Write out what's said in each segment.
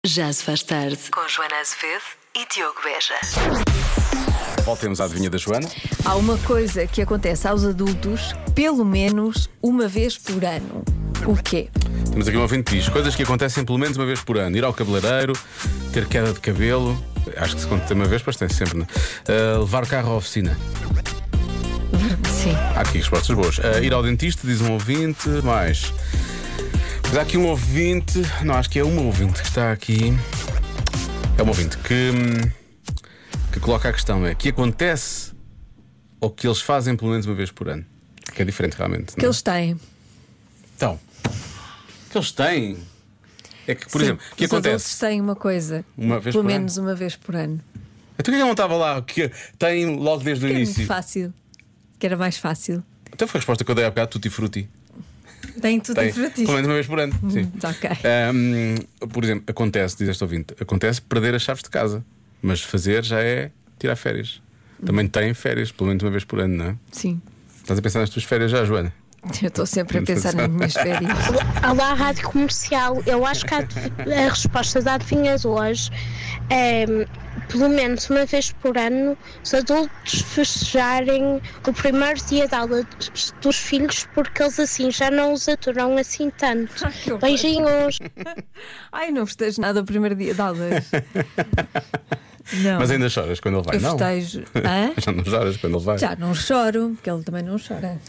Já se faz tarde. Com Joana Azevedo e Diogo Beja. Voltemos à adivinha da Joana. Há uma coisa que acontece aos adultos pelo menos uma vez por ano. O quê? Temos aqui um ouvinte que diz: coisas que acontecem pelo menos uma vez por ano. Ir ao cabeleireiro, ter queda de cabelo. Acho que se conta uma vez, mas tem sempre, né? Levar o carro à oficina. Sim. Há aqui respostas boas. Ir ao dentista, diz um ouvinte. Mais. Mas há aqui um ouvinte. Não, acho que é uma ouvinte que está aqui. É um ouvinte que coloca a questão: é que acontece ou que eles fazem pelo menos uma vez por ano? Que é diferente realmente. Que eles têm. Então, que eles têm. É que, por Sim, exemplo, o que os acontece? adultos têm uma coisa Uma vez pelo por menos uma vez por ano. Então, que não estava lá? Que tem logo desde o Que era início. muito fácil. Que era mais fácil. Então foi a resposta que eu dei há bocado: tutti frutti. Tem tudo Tem, diferente. pelo menos uma vez por ano. Sim. Ok. Por exemplo, acontece, diz este ouvinte, acontece perder as chaves de casa, mas fazer já é tirar férias. Também tem férias, pelo menos uma vez por ano, não é? Sim. Estás a pensar nas tuas férias já, Joana? Eu estou sempre a pensar nas minhas férias. Olá, Rádio Comercial. Eu acho que a resposta da adivinha de hoje é, pelo menos uma vez por ano, os adultos festejarem o primeiro dia de aula dos filhos, porque eles assim já não os aturam assim tanto. Que horror. Beijinhos. Ai, não festejo nada o primeiro dia de aulas. Não. Mas ainda choras quando ele vai, Eu não? festejo. Hã? Já não choras quando ele vai? Já não choro, porque ele também não chora.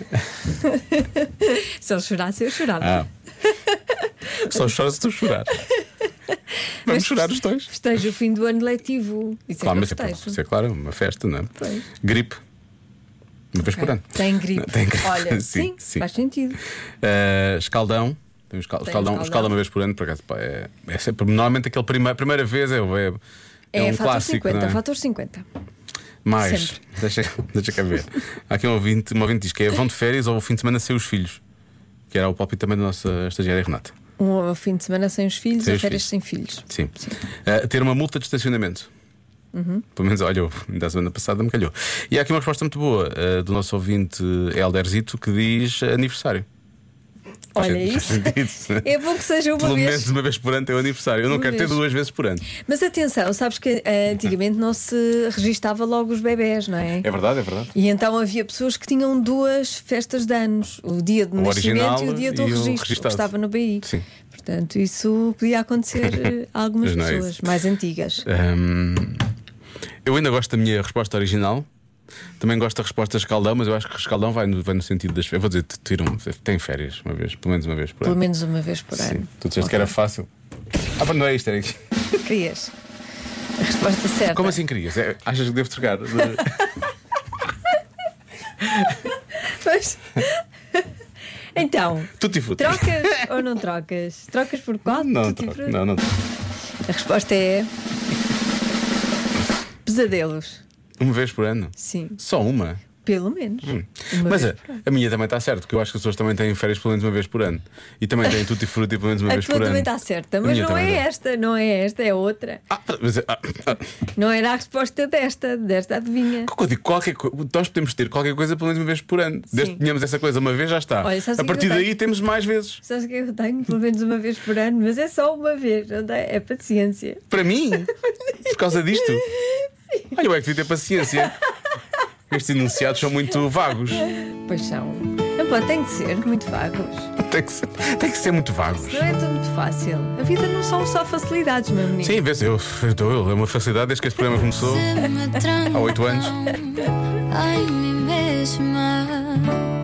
Se ele chorasse, eu chorava. Ah. Só choras se tu chorar. Vamos chorar os dois. Festejo o fim do ano letivo. Isso Claro, é mas que eu festejo. isso é claro, uma festa, não é? Pois. Gripe. Uma vez por ano. Tem gripe. Não, tem gripe. Olha, Sim, sim, sim. faz sentido. Escaldão. Tem um escaldão uma vez por ano, por acaso. Pá, é sempre, normalmente aquele primeira vez é um fator clássico. 50, não é? fator 50. Mais, deixa cá ver. Há aqui um ouvinte diz que é vão de férias ou o fim de semana sem os filhos. Que era o palpite também da nossa estagiária Renata. Um fim de semana sem os filhos Sem ou os férias filhos. sem filhos. Sim. Ter uma multa de estacionamento. Pelo menos, olha, ainda a semana passada me calhou. E há aqui uma resposta muito boa do nosso ouvinte Elderzito que diz aniversário. Olha Faz isso. sentido. É bom que seja uma Pelo vez. menos uma vez por ano tem o aniversário. Eu não Uma quero ter vez. 2 vezes por ano. Mas atenção, sabes que antigamente não se registava logo os bebés, não é? É verdade, é verdade. E então havia pessoas que tinham 2 festas de anos: o dia do O original nascimento e o dia do e o registro, que registado. estava no BI. Sim. Portanto, isso podia acontecer a algumas Mas não é pessoas isso. mais antigas. Eu ainda gosto da minha resposta original. Também gosto da resposta escaldão, mas eu acho que escaldão vai no sentido das férias. Eu vou dizer, tem férias uma vez, pelo menos uma vez por Pelo ano. menos uma vez por Sim. ano. Tu disseste que era fácil. Mas não é isto, era aqui. Querias? A resposta certa. Como assim querias? Achas que devo trocar? Pois. Então, Tutti frutti. trocas ou não trocas? Trocas por qual? Não Tutti troco. frutti? Não troco. A resposta é pesadelos. Uma vez por ano? Sim, Só uma? pelo menos. Uma Mas vez por ano. a minha também está certo, porque eu acho que as pessoas também têm férias pelo menos uma vez por ano. E também têm tutti frutti pelo menos uma A vez tua por também ano. está certa, A mas minha não também é está. esta, não é esta, é outra. Não era a resposta desta adivinha. Eu digo, nós podemos ter qualquer coisa pelo menos uma vez por ano. Desde que tenhamos essa coisa uma vez, já está. Olha, sabes A o que partir eu daí tenho? temos mais vezes. Sabes o que eu tenho? Pelo menos uma vez por ano, mas é só uma vez, não é? É paciência. Para mim, por causa disto. Olha, eu é que devia ter paciência. Estes enunciados são muito vagos. Pois são. Não pode, tem que ser muito vagos. Tem que ser muito vagos. Não é tudo muito fácil. A vida não são só facilidades, meu menino. Sim, vê-se, é uma facilidade desde que este programa começou há 8 anos. Ai, me mesma.